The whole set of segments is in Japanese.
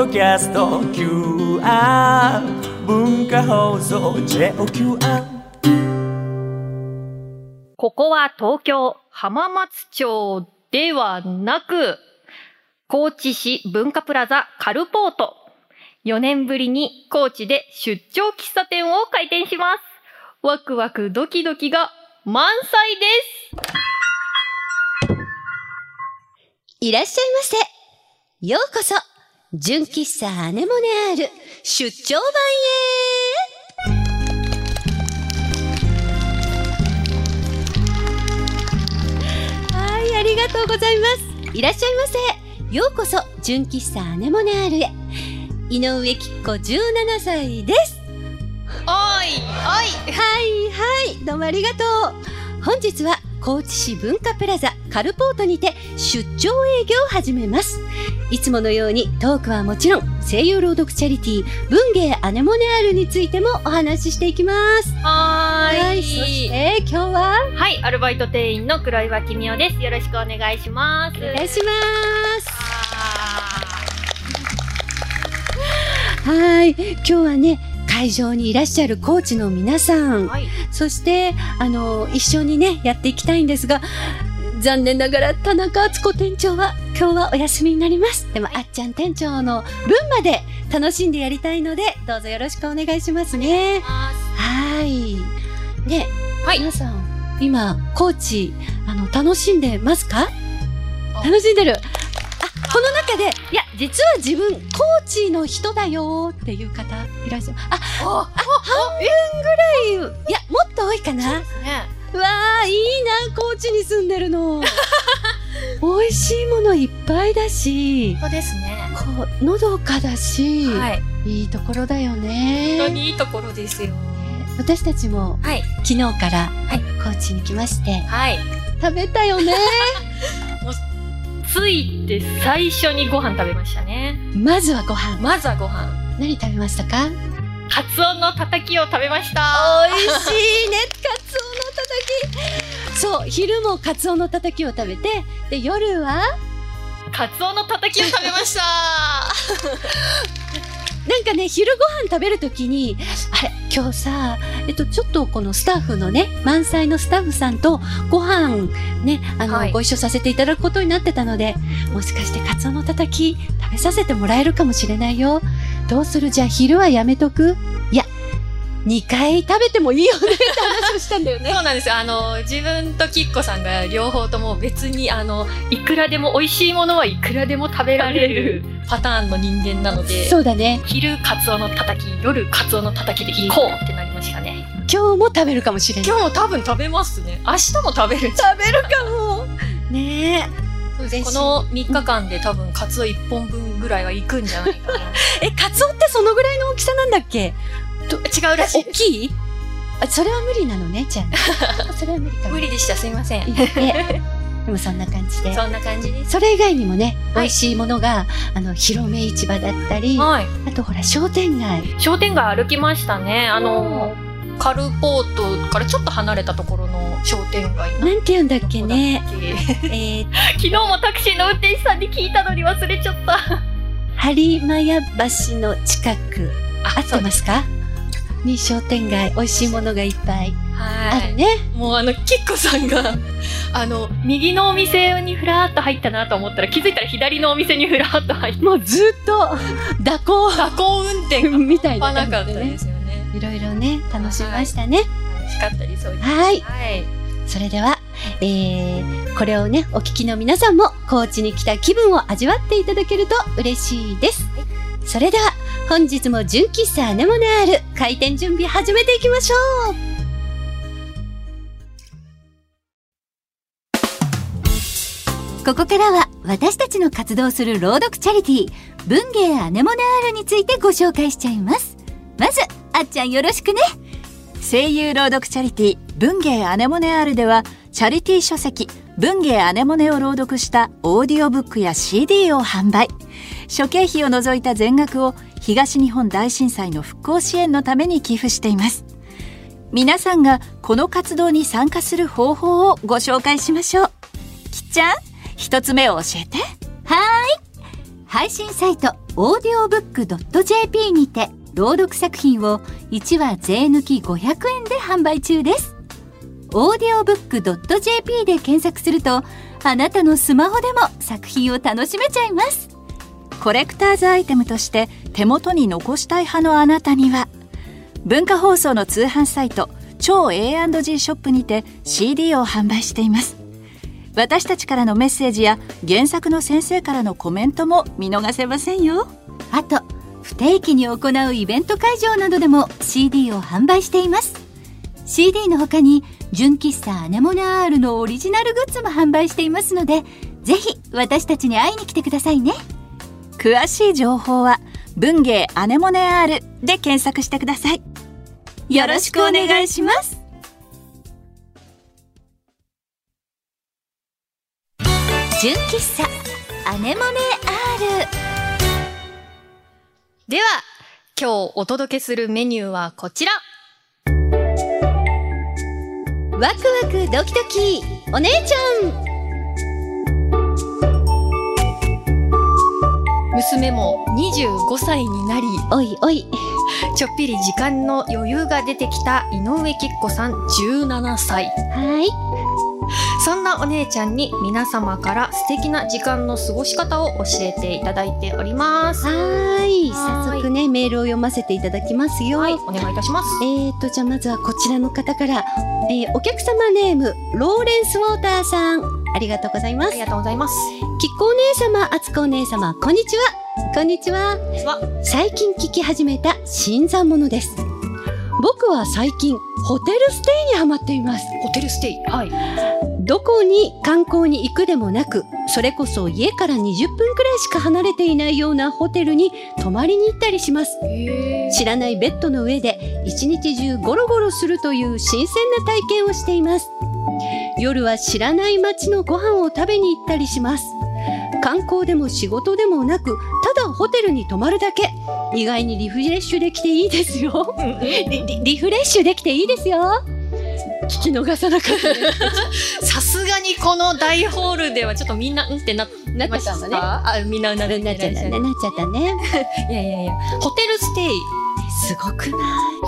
キャスト QR 文化放送 JOQR。 ここは東京浜松町ではなく、高知市文化プラザカルポート。4年ぶりに高知で出張喫茶店を開店します。ワクワクドキドキが満載です。 いらっしゃいませ。ようこそ純喫茶アネモネアール出張版へ。はい、ありがとうございます。いらっしゃいませ。ようこそ純喫茶アネモネアールへ。井上貴子17歳です。 おいおい。 はいはい、どうもありがとう。本日は高知市文化プラザカルポートにて出張営業を始めます。いつものようにトークはもちろん、声優朗読チャリティー文芸アネモネアールについてもお話ししていきます。 はい。 そして今日は、 はい、アルバイト店員の黒岩君代です。よろしくお願いします。 お願いします。はい、今日はね、会場にいらっしゃるコーチの皆さん、はい、そして一緒にねやっていきたいんですが、残念ながら田中敦子店長は今日はお休みになります。でも、あっちゃん店長の分まで楽しんでやりたいので、どうぞよろしくお願いしますね。はいね、はい、皆さん今コーチ楽しんでますか？楽しんでる。この中で、いや、実は自分、コーチの人だよっていう方いらっしゃる。半分ぐらい、いや、もっと多いかな。そうですね。うわー、いいな、高知に住んでるの。美味しいものいっぱいだし。 そうですね。 こう、のどかだし、はい、いいところだよね。 本当にいいところですよ。 私たちも、はい、昨日から、はい、高知に来まして、はい、食べたよね。 着いて最初にご飯食べましたね。 まずはご飯。何食べましたか？ カツオのたたきを食べました。 美味しいね、カツオのたたき。そう、昼もカツオのたたきを食べて、で夜はカツオのたたきを食べました。 なんかね、昼ご飯食べるときに、あれ、今日さ、ちょっとこのスタッフのね、満載のスタッフさんとご飯ね、はい、ご一緒させていただくことになってたので、もしかしてカツオのたたき食べさせてもらえるかもしれないよ。どうする？じゃあ昼はやめとく？いや、2回食べてもいいよねって話をしたんだよね。 そうなんですよ。自分ときっこさんが両方とも別にいくらでも美味しいものはいくらでも食べられるパターンの人間なので、 そうだね。 昼カツオのたたき、夜カツオのたたきで行こうってなりましたね。 今日も食べるかもしれない。 今日も多分食べますね。明日も食べる。 食べるかも。ねえ。 この3日間で多分カツオ1本分ぐらいは行くんじゃないかな。 カツオってそのぐらいの大きさなんだっけ？ 違うらしい。 大きい？それは無理なのね、じゃあ。それは無理かも。 無理でした。すいません。 でもそんな感じで。 そんな感じです。 それ以外にもね、美味しいものが広め市場だったり、はい、あとほら商店街歩きましたね。カルポートからちょっと離れたところの商店街。 なんて言うんだっけね。 昨日もタクシーの運転手さんに聞いたのに忘れちゃった。 播磨屋橋の近く、合ってますか？に商店街、美味しいものがいっぱいあるね。 もうきっこさんが右のお店にふらーっと入ったなと思ったら、気づいたら左のお店にふらーっと入って、 もうずっと蛇行運転がみたいななかったですよね。 いろいろね、楽しみましたね。 楽しかったです。 はい、それでは、これをねお聞きの皆さんも高知に来た気分を味わっていただけると嬉しいです。それでは本日も純喫茶アネモネアール開店準備始めていきましょう。ここからは私たちの活動する朗読チャリティー文芸アネモネアールについてご紹介しちゃいます。まずあっちゃんよろしくね。 声優朗読チャリティー文芸アネモネアールでは、チャリティー書籍文芸アネモネを朗読したオーディオブックや CD を販売。諸経費を除いた全額を東日本大震災の復興支援のために寄付しています。皆さんがこの活動に参加する方法をご紹介しましょう。きっちゃん、一つ目を教えて。 は配信サイト audiobook.jp にて朗読作品を1話税抜き500円で販売中です。audiobook.jp で検索すると、あなたのスマホでも作品を楽しめちゃいます。コレクターズアイテムとして手元に残したい派のあなたには、文化放送の通販サイト超 A&G ショップにて CD を販売しています。私たちからのメッセージや原作の先生からのコメントも見逃せませんよ。あと不定期に行うイベント会場などでも CD を販売しています。 CD の他に純喫茶アネモネ R のオリジナルグッズも販売していますので、ぜひ私たちに会いに来てくださいね。詳しい情報は文芸アネモネ R で検索してください。よろしくお願いします。純喫茶アネモネ R。 では今日お届けするメニューはこちら。 ワクワクドキドキお姉ちゃん。 娘も25歳になり、 おいおい、 ちょっぴり時間の余裕が出てきた井上きっ子さん17歳。 はい。 そんなお姉ちゃんに皆様から素敵な時間の過ごし方を教えていただいております。 はい。早速ね、メールを読ませていただきますよ。 はい、お願いいたします。 じゃあまずはこちらの方から、お客様ネームローレンスウォーターさん、ありがとうございます。 ありがとうございます。 きっこお姉様、あつこお姉様、こんにちは。こんにちは。最近聞き始めた新参者です。僕は最近ホテルステイにハマっています。 ホテルステイ。はい。 どこに観光に行くでもなく、それこそ家から20分くらいしか離れていないようなホテルに泊まりに行ったりします。知らないベッドの上で一日中ゴロゴロするという新鮮な体験をしています。夜は知らない街のご飯を食べに行ったりします。観光でも仕事でもなく、ただホテルに泊まるだけ。意外にリフレッシュできていいですよ。リフレッシュできていいですよ。聞き逃さなかったね。 さすがにこの大ホールではちょっとみんなってなってましたね。あ、みんななっちゃったね。いやホテルステイすごくない？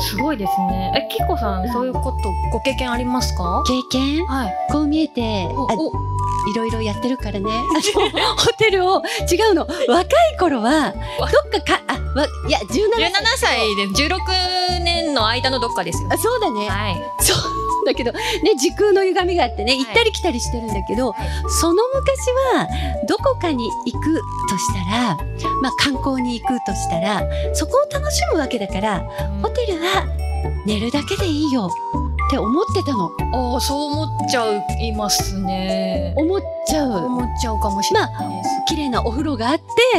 すごいですね。きっこさん、そういうことご経験ありますか？ 経験？はい。こう見えて、いろいろやってるからね。ホテルを、違うの。若い頃は、どっかいや、17 歳で16年の間のどっかですよ。 あ、そうだね。 はい。 そう。だけど、ね、時空の歪みがあってね、行ったり来たりしてるんだけど、その昔は、どこかに行くとしたら、まあ観光に行くとしたら、そこを楽しむわけだから、ホテルは寝るだけでいいよって思ってたの。 ああ、そう思っちゃいますね。 思っちゃうかもしれないです。 まあ、綺麗なお風呂があって、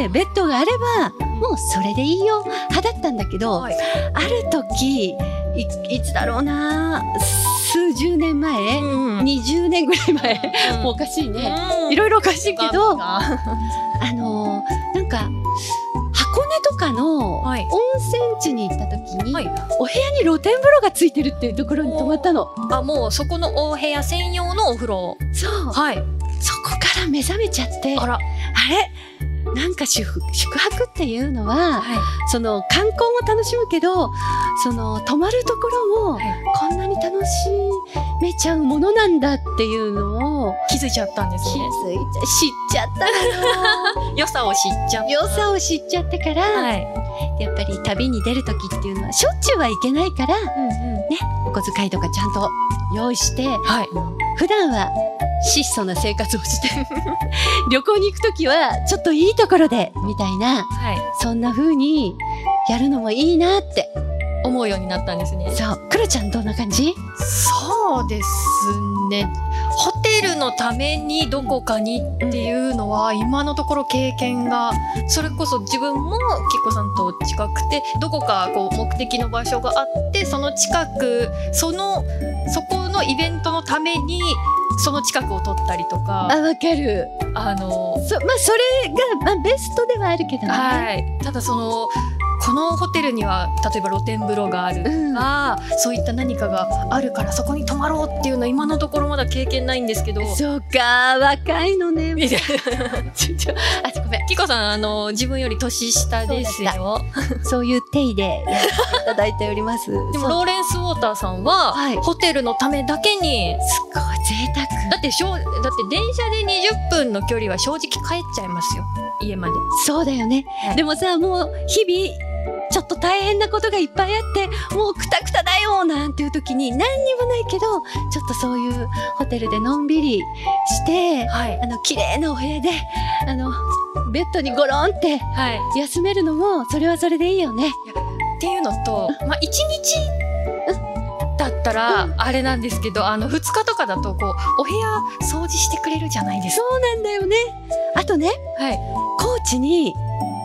ベッドがあれば、もうそれでいいよ派だったんだけど、ある時、いつだろうな、数十年前、20年ぐらい前、もうおかしいね。いろいろおかしいけど、なんか、箱根とかの温泉地に行った時に、お部屋に露天風呂がついてるっていうところに泊まったの。 あ、もうそこのお部屋専用のお風呂。 そう。はい。そこから目覚めちゃって、あれなんか宿泊っていうのは、その観光も楽しむけど、その泊まるところもこんなに楽しめちゃうものなんだっていうのを気づいちゃったんですね。 知っちゃったのよ。 良さを知っちゃってから、やっぱり旅に出る時っていうのはしょっちゅうはいけないから、ね、お小遣いとかちゃんと用意して、普段は質素な生活をして旅行に行くときはちょっといいところでみたいな、そんな風にやるのもいいなって思うようになったんですね。 そう。クロちゃんどんな感じ？ そうですね。ホテルのためにどこかにっていうのは今のところ経験が、それこそ自分もきっこさんと近くて、どこかこう目的の場所があって、その近くそこのイベントのためにその近くを取ったりとか。 あ、わかる。まあそれが、ベストではあるけどね。 ただこのホテルには例えば露天風呂があるとか、そういった何かがあるからそこに泊まろうっていうのは今のところまだ経験ないんですけど。 そうか、若いのね。 ごめん、キコさん自分より年下ですよ。 そういう手入れやっていただいております。 でもローレンスウォーターさんは、ホテルのためだけにすごい贅沢。 だって電車で20分の距離は正直帰っちゃいますよ、家まで。 そうだよね、でもさ、もう日々ちょっと大変なことがいっぱいあって、もうクタクタだよなんていう時に、何にもないけどちょっとそういうホテルでのんびりして、綺麗なお部屋でベッドにゴロンって休めるのも、それはそれでいいよね。 っていうのと、1日だったらあれなんですけど、2日とかだとこうお部屋掃除してくれるじゃないですか。 そうなんだよね。あとね、高知に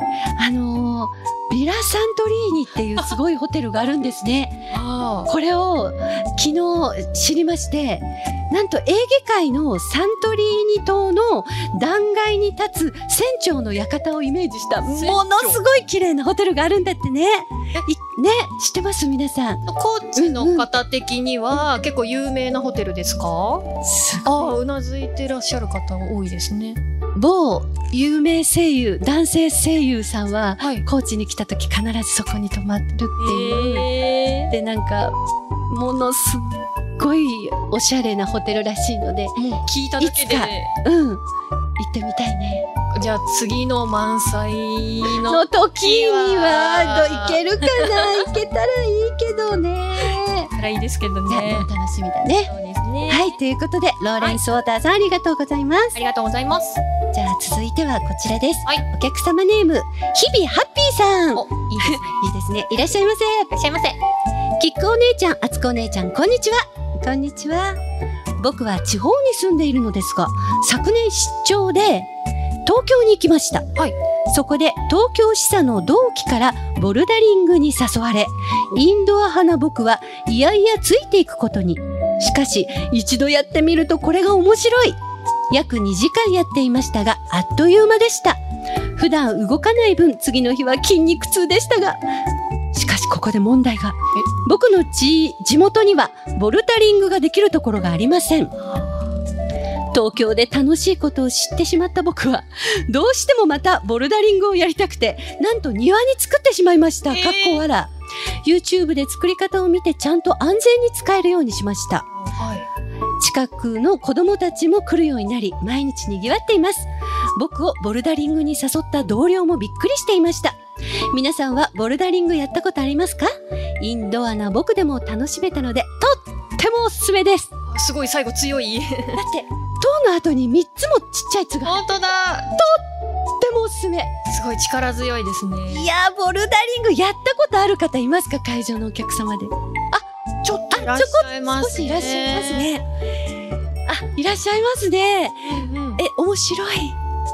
ビラサントリーニっていうすごいホテルがあるんですね。これを昨日知りまして、なんとエーゲ海のサントリーニ島の断崖に立つ船長の館をイメージしたものすごい綺麗なホテルがあるんだってね。ね、知ってます皆さん。 高知の方的には結構有名なホテルですか？うなずいてらっしゃる方多いですね。 某有名声優、男性声優さんは、高知に来た時必ずそこに泊まるっていう、でなんかものすごいおしゃれなホテルらしいので、 聞いただけでいつか行ってみたいね。 じゃあ次の満載の時には行けるかな。行けたらいいけどね。 いいですけどね。 楽しみだね。 そうですね。 はい、ということでローレンスウォーターさん、ありがとうございます。 ありがとうございます。 じゃあ続いてはこちらです。お客様ネーム日々ハッピーさん。 いいですね。 いいですね。いらっしゃいませ。 いらっしゃいませ。 きっこお姉ちゃん、あつこお姉ちゃん、こんにちは。こんにちは。僕は地方に住んでいるのですが、昨年出張で東京に行きました。そこで東京支社の同期からボルダリングに誘われ、インドア派な僕はいやいやついていくことに。しかし一度やってみるとこれが面白い。約2時間やっていましたが、あっという間でした。普段動かない分、次の日は筋肉痛でしたが、しかしここで問題が。僕の地元にはボルダリングができるところがありません。東京で楽しいことを知ってしまった僕は、どうしてもまたボルダリングをやりたくて、なんと庭に作ってしまいました。かっこわら。YouTube で作り方を見て、ちゃんと安全に使えるようにしました。近くの子供たちも来るようになり、毎日賑わっています。僕をボルダリングに誘った同僚もびっくりしていました。皆さんはボルダリングやったことありますか？インドアな僕でも楽しめたので、とってもおすすめです。 すごい最後強い。 だって塔の後に3つもちっちゃい「つ」が。 本当だ。 とってもおすすめ。 すごい力強いですね。 いやー、ボルダリングやったことある方いますか？会場のお客様で。 ちょっといらっしゃいますね。 少しいらっしゃいますね。いらっしゃいますね。面白い。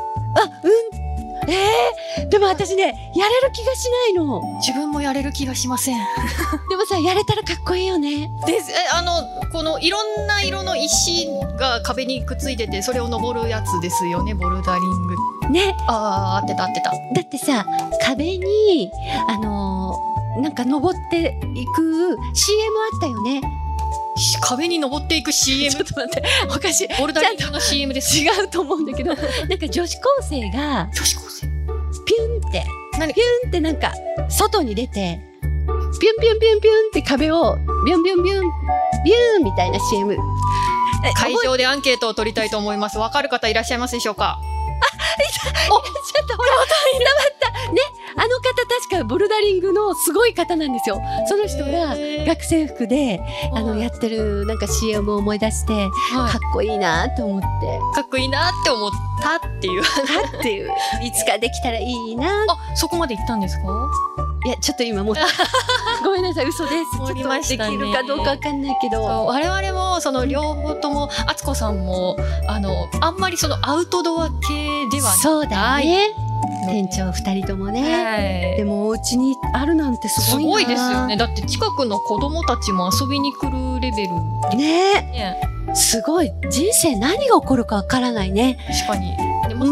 でも私ね、やれる気がしないの。 自分もやれる気がしません。 でもさ、やれたらかっこいいよね。 このいろんな色の石が壁にくっついてて、それを登るやつですよね、ボルダリング。 ね。 合ってた。 だってさ、壁に、なんか登っていく CM あったよね。 壁に登っていく CM？ ちょっと待って、おかしい。 ボルダリングの CM です。 違うと思うんだけど、なんか女子高生が、ピュンってなんか、外に出て、ピュンピュンピュンピュンって壁を、ビュンビュンビュン、ビューンみたいな CM。 会場でアンケートを取りたいと思います。わかる方いらっしゃいますでしょうか？ ちょっとほら、伝わった。ね、あの方確かボルダリングのすごい方なんですよ。その人が学生服で、やってるなんか CM を思い出して、かっこいいなと思って。 かっこいいなって思ったっていう。 いつかできたらいいな。 そこまで行ったんですか？ いや、ちょっと今もう、ごめんなさい、嘘です。 盛りましたね。 できるかどうかわかんないけど。 我々も、その両方とも、あつこさんも、あんまりそのアウトドア系ではない。 そうだね。店長2人ともね。でもお家にあるなんてすごいな。 すごいですよね。だって近くの子供たちも遊びに来るレベル。 ね。すごい。人生何が起こるかわからないね。 確かに。 全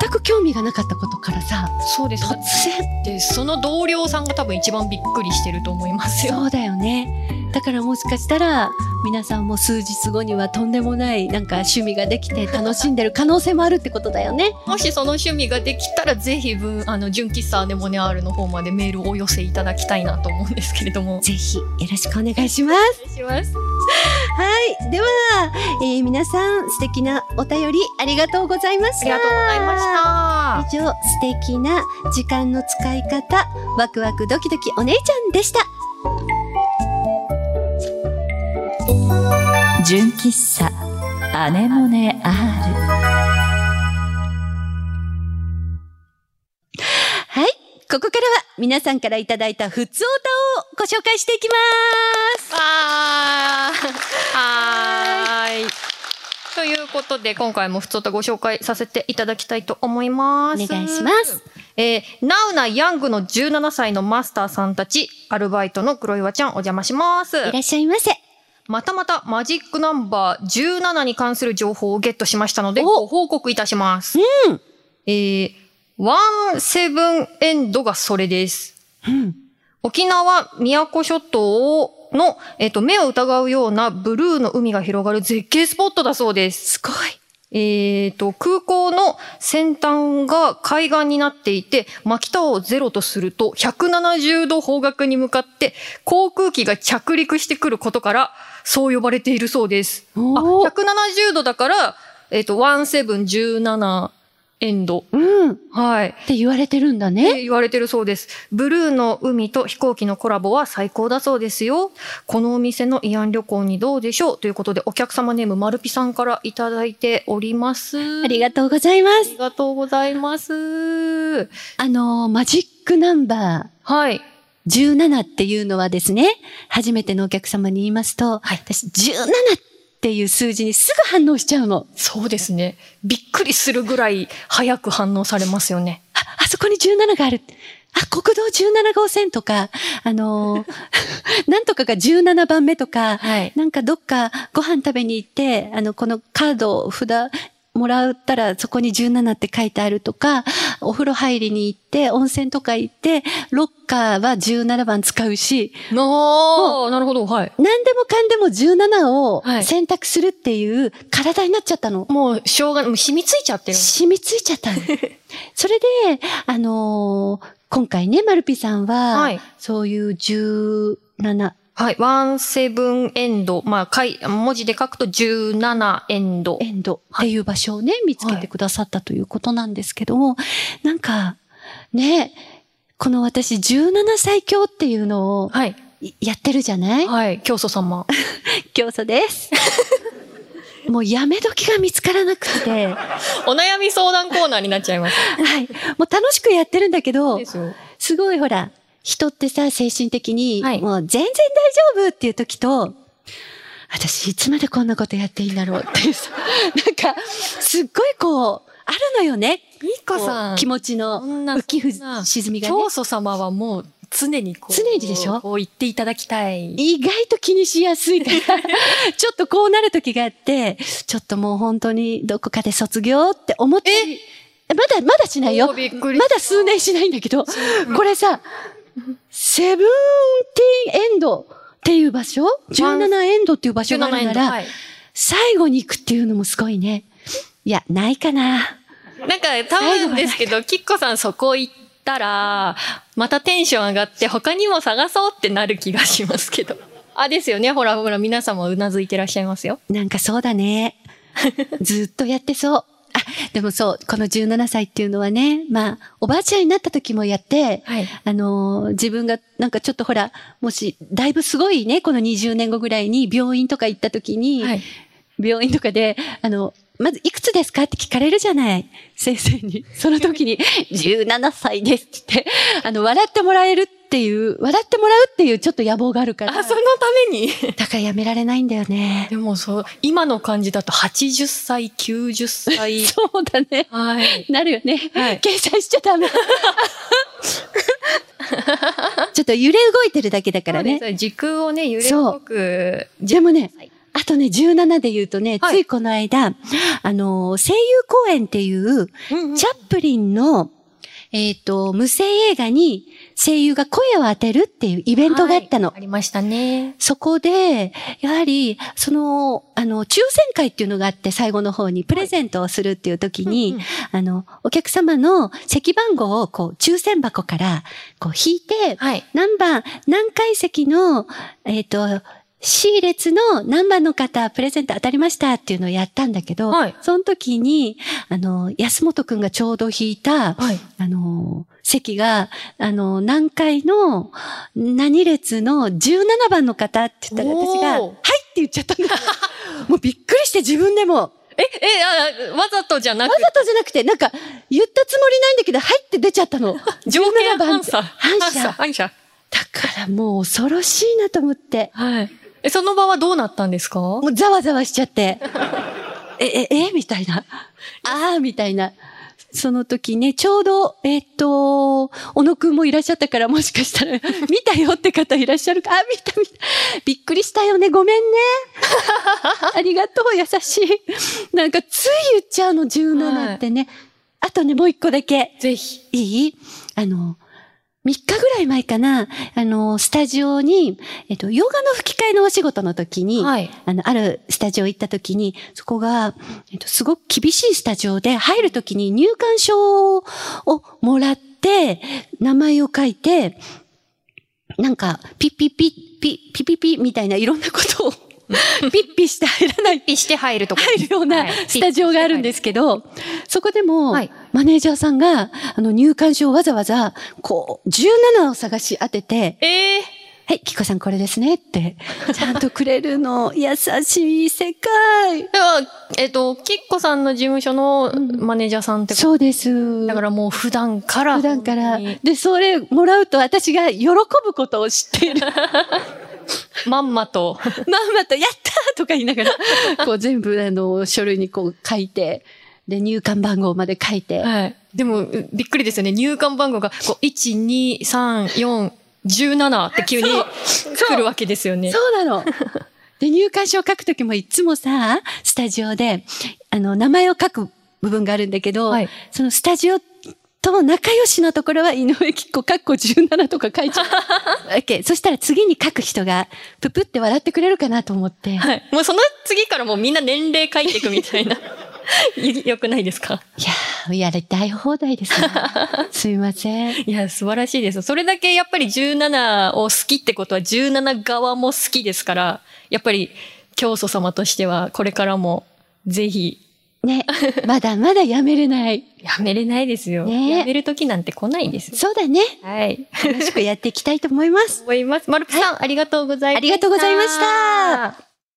く興味がなかったことからさ、 そうです。 突然で、その同僚さんが多分一番びっくりしてると思いますよ。 そうだよね。だからもしかしたら皆さんも数日後にはとんでもないなんか趣味ができて楽しんでる可能性もあるってことだよね。 もしその趣味ができたらぜひ純喫茶アネモネ R の方までメールをお寄せいただきたいなと思うんですけれども。 ぜひよろしくお願いします。 お願いします。 はい。では、皆さん素敵なお便りありがとうございました。 ありがとうございました。 以上、素敵な時間の使い方、ワクワクドキドキお姉ちゃんでした。 純喫茶アネモネ R。 はい。ここからは皆さんからいただいたふつおたをご紹介していきます。 はーい。ということで今回もふつおたご紹介させていただきたいと思います。 お願いします。 ナウなヤングの17歳のマスターさんたち、アルバイトの黒岩ちゃんお邪魔します。 いらっしゃいませ。 またまたマジックナンバー17に関する情報をゲットしましたのでご報告いたします。 うん。 17エンドがそれです。 うん。 沖縄宮古諸島の、目を疑うようなブルーの海が広がる絶景スポットだそうです。 すごい。 空港の先端が海岸になっていて、巻きタワーをゼロとすると170度方角に向かって航空機が着陸してくることからそう呼ばれているそうです。170度だから、17エンド。 うん。 はい。 って言われてるんだね。 言われてるそうです。ブルーの海と飛行機のコラボは最高だそうですよ。このお店の慰安旅行にどうでしょうということで、お客様ネームまるぴさんからいただいております。 ありがとうございます。 ありがとうございます。 マジックナンバー。 はい。 17っていうのはですね、初めてのお客様に言いますと、 はい、 私17っていう数字にすぐ反応しちゃうの。 そうですね。びっくりするぐらい早く反応されますよね。 あそこに17がある。国道17号線とか、なんとかが17番目とか、 はい、 なんかどっかご飯食べに行って、このカード、札、もらったらそこに17って書いてあるとか、お風呂入りに行って、温泉とか行って、ロッカーは17番使うし。 なるほど、はい。 何でもかんでも17を選択するっていう体になっちゃったの。 もう、しょうがない。もう染みついちゃってる。 染みついちゃったの。それで、今回ね、マルピさんは、はい、そういう17、 はい。17エンド。まあ、文字で書くと17エンド。 エンドっていう場所をね、見つけてくださったということなんですけども、なんか、ね、この私17歳教っていうのを、はい。やってるじゃない？ はい。教祖様。 教祖です。もうやめ時が見つからなくて。 お悩み相談コーナーになっちゃいます。 はい。もう楽しくやってるんだけど、すごいほら、人ってさ、精神的に、はい、もう全然大丈夫っていう時と、私いつまでこんなことやっていいんだろうっていうさ、なんか、すっごいこう、あるのよね。 みっこさん。 気持ちの浮き沈みがね。 教祖様はもう常にこう。 常にでしょ？ こう言っていただきたい。 意外と気にしやすいから、ちょっとこうなる時があって、ちょっともう本当にどこかで卒業って思って、まだしないよ。まだ数年しないんだけど、これさ、17エンドっていう場所 ?17 エンドっていう場所があるなら、最後に行くっていうのもすごいね。いや、ないかな。 なんか多分ですけど、きっこさんそこ行ったら、またテンション上がって他にも探そうってなる気がしますけど。ですよね。ほら皆様うなずいてらっしゃいますよ。 なんかそうだね。ずっとやってそう。でもそう、この17歳っていうのはね、まあ、おばあちゃんになった時もやって、はい、自分がなんかちょっとほら、もし、だいぶすごいね、この20年後ぐらいに病院とか行った時に、はい、病院とかで、まずいくつですかって聞かれるじゃない先生に。その時に、17歳ですって言って、笑ってもらうっていうちょっと野望があるから。 そのためにだからやめられないんだよね。 でも今の感じだと80歳、90歳。 そうだね。 はい。 なるよね。はい。計算しちゃダメ。ちょっと揺れ動いてるだけだからね。 時空をね、揺れ動く。 でもね、 あとね、17で言うとね、 はいついこの間、声優公演っていう、チャップリンの、無声映画に声優が声を当てるっていうイベントがあったの。 はい、ありましたね。 そこで、やはり、抽選会っていうのがあって、最後の方にプレゼントをするっていう時に、お客様の席番号を抽選箱から、引いて、 はい。 何階席の、C 列の何番の方、プレゼント当たりましたっていうのをやったんだけど、 はい。 その時に、安本くんがちょうど引いた、 はい。 席が、何階の何列の17番の方って言ったら私が、はいって言っちゃったんだよ。もうびっくりして自分でも。 わざとじゃなくわざとじゃなくて、なんか、言ったつもりないんだけど、はいって出ちゃったの。 条件反射。 反射。だからもう恐ろしいなと思って。 はい。その場はどうなったんですか？ もうざわざわしちゃって。みたいな。みたいな。その時ね、ちょうど、小野くんもいらっしゃったから、もしかしたら、見たよって方いらっしゃるか。見た。びっくりしたよね。ごめんね。ありがとう、優しい。なんか、つい言っちゃうの、17ってね。あとね、もう一個だけ。 ぜひ。 いい？3日ぐらい前かな、スタジオに、洋画の吹き替えのお仕事の時に、 はい、 あるスタジオ行った時に、そこが、すごく厳しいスタジオで、入る時に入館証をもらって、名前を書いて、なんか、ピッピッピッピッピッピッピッみたいないろんなことを、ピッピして入らない。 ピッして入るとこ。 入るようなスタジオがあるんですけど、そこでも、 はい、 マネージャーさんが、入館証をわざわざ、17を探し当てて、はい、キコさんこれですねって、ちゃんとくれるの。優しい世界。 では、キッコさんの事務所のマネージャーさんってこと？ そうです。 だからもう普段から。 で、それもらうと私が喜ぶことを知っている。 まんまと、 やったーとか言いながら、全部書類に書いて、で、入館番号まで書いて。 はい。でも、びっくりですよね。入館番号が、1、2、3、4、17って急に来るわけですよね。 そうなの。で、入館証を書くときもいつもさ、スタジオで、名前を書く部分があるんだけど、はい、そのスタジオと仲良しのところは井上貴子17とか書いちゃうわけ。そしたら次に書く人がププって笑ってくれるかなと思って。 はい。もうその次からもうみんな年齢書いていくみたいな。よくないですか？ いや、やりたい放題ですね。すいません。 いや、素晴らしいです。それだけやっぱり17を好きってことは17側も好きですから、やっぱり教祖様としてはこれからもぜひ。 ね、まだまだやめれない。 やめれないですよ。ね、やめる時なんて来ないんですよ。 そうだね。 はい。 楽しくやっていきたいと思います。 マルプさん、ありがとうございました。 ありがとうございました。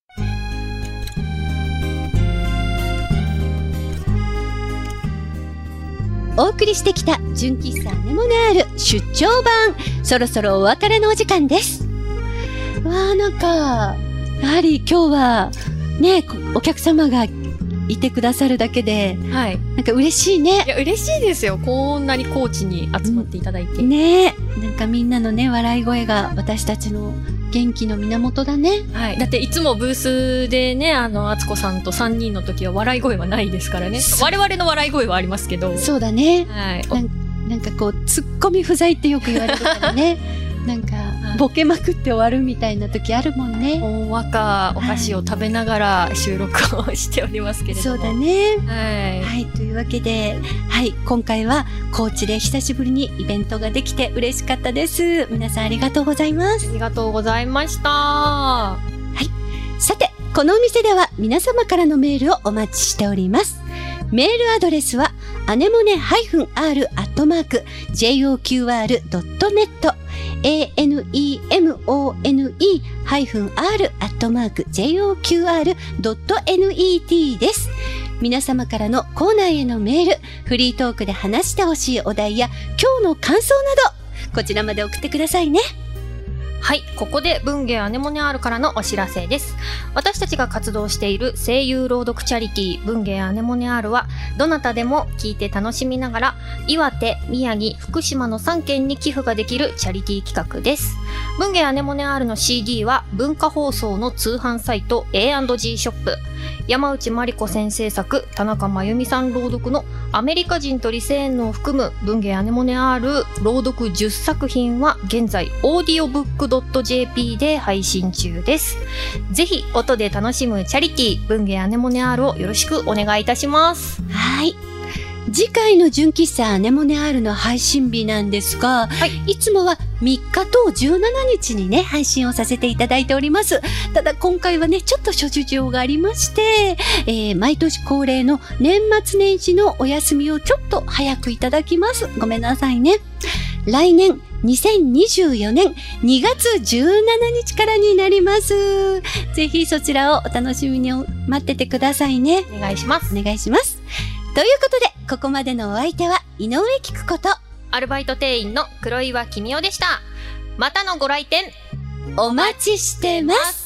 お送りしてきた純喫茶アネモネアール出張版、そろそろお別れのお時間です。なんかやはり今日はね、お客様がいてくださるだけで、はい、なんか嬉しいね。 いや、嬉しいですよ。こんなに高知に集まっていただいて。 ね、なんかみんなのね、笑い声が私たちの元気の源だね。 はい。だっていつもブースでね、敦子さんと3人の時は笑い声はないですからね。我々の笑い声はありますけど。 そうだね。 はい。 なんかツッコミ不在ってよく言われるからね。なんか、ボケまくって終わるみたいな時あるもんね。 ほんわかお菓子を食べながら収録をしておりますけれども。 そうだね。 はい。 はい。というわけで、はい。今回は高知で久しぶりにイベントができて嬉しかったです。皆さんありがとうございます。 ありがとうございました。 はい。さて、このお店では皆様からのメールをお待ちしております。メールアドレスは、アネモネ-r@joqr.net anemone-r@joqr.net です。皆様からのコーナーへのメール、フリートークで話してほしいお題や今日の感想など、こちらまで送ってくださいね。 はい、ここで文芸アネモネ R からのお知らせです。私たちが活動している声優朗読チャリティー文芸アネモネ R は、どなたでも聞いて楽しみながら、岩手、宮城、福島の3県に寄付ができるチャリティー企画です。文芸アネモネ R の CD は文化放送の通販サイト A&G ショップ、山内真理子先生作、田中真由美さん朗読のアメリカ人とリセーヌを含む文芸アネモネ R 朗読10作品は現在 audiobook.jp で配信中です。ぜひ音で楽しむチャリティー文芸アネモネ R をよろしくお願いいたします。 はい。次回の純喫茶アネモネ R の配信日なんですが、いつもは3日と17日にね、配信をさせていただいております。ただ今回はね、ちょっと諸事情がありまして、毎年恒例の年末年始のお休みをちょっと早くいただきます。ごめんなさいね。来年2024年2月17日からになります。ぜひそちらをお楽しみに待っててくださいね。 お願いします。 お願いします。ということで、ここまでのお相手は井上菊子とアルバイト店員の黒岩君代でした。またのご来店お待ちしてます。